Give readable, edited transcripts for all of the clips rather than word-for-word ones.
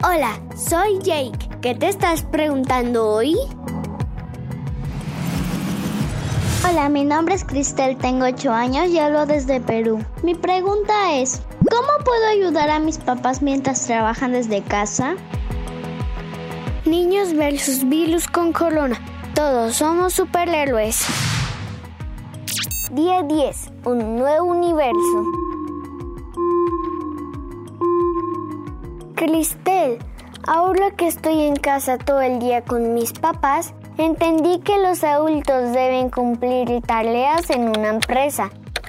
Hola, soy Jake. ¿Qué te estás preguntando hoy? Hola, mi nombre es Cristel, tengo 8 años y hablo desde Perú. Mi pregunta es, ¿cómo puedo ayudar a mis papás mientras trabajan desde casa? Niños versus virus con corona. Todos somos superhéroes. Día 10. Un nuevo universo. Cristel, ahora que estoy en casa todo el día con mis papás, entendí que los adultos deben cumplir tareas en una empresa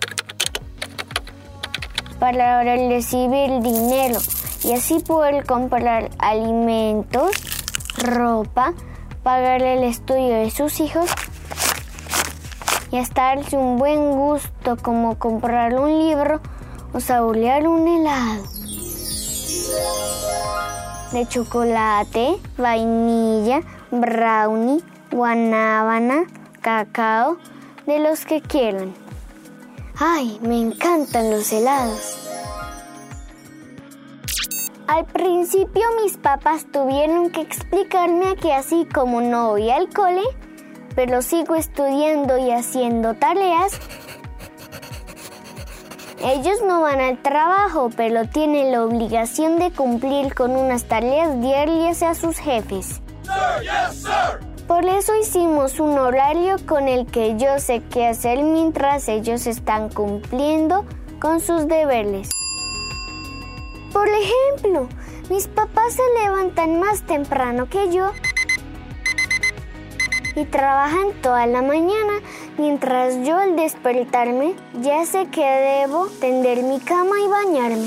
para recibir dinero y así poder comprar alimentos, ropa, pagar el estudio de sus hijos y hasta darse un buen gusto como comprar un libro o saborear un helado de chocolate, vainilla, brownie, guanábana, cacao, de los que quieran. ¡Ay, me encantan los helados! Al principio mis papás tuvieron que explicarme que así como no voy al cole, pero sigo estudiando y haciendo tareas, ellos no van al trabajo, pero tienen la obligación de cumplir con unas tareas diarias a sus jefes. Sir, yes, sir. Por eso hicimos un horario con el que yo sé qué hacer mientras ellos están cumpliendo con sus deberes. Por ejemplo, mis papás se levantan más temprano que yo y trabajan toda la mañana, mientras yo al despertarme ya sé que debo tender mi cama y bañarme.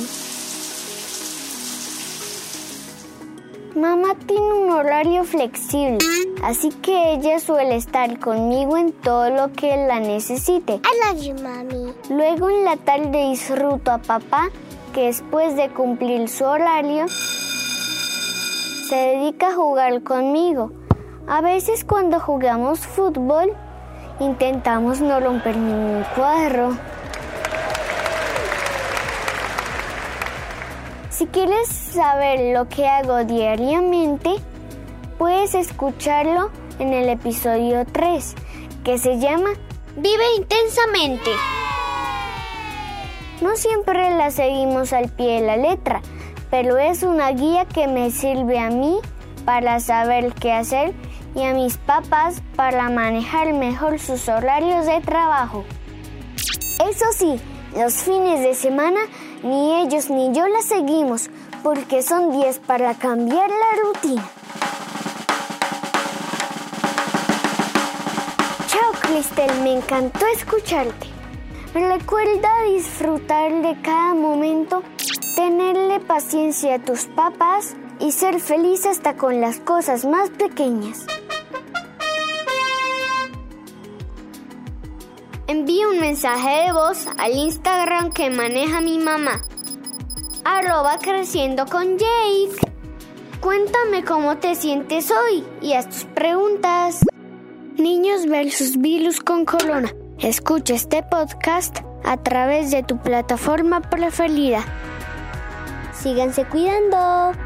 Mamá tiene un horario flexible, así que ella suele estar conmigo en todo lo que la necesite. I love you, mami. Luego en la tarde disfruto a papá, que después de cumplir su horario, se dedica a jugar conmigo. A veces cuando jugamos fútbol, intentamos no romper ningún cuadro. Si quieres saber lo que hago diariamente, puedes escucharlo en el episodio 3, que se llama Vive intensamente. No siempre la seguimos al pie de la letra, pero es una guía que me sirve a mí para saber qué hacer y a mis papás para manejar mejor sus horarios de trabajo. Eso sí, los fines de semana ni ellos ni yo la seguimos, porque son 10 para cambiar la rutina. Chao, Cristel, me encantó escucharte. Recuerda disfrutar de cada momento, tenerle paciencia a tus papás y ser feliz hasta con las cosas más pequeñas. Envía un mensaje de voz al Instagram que maneja mi mamá, @creciendoconyake. Cuéntame cómo te sientes hoy y haz tus preguntas. Niños versus virus con corona. Escucha este podcast a través de tu plataforma preferida. Síganse cuidando.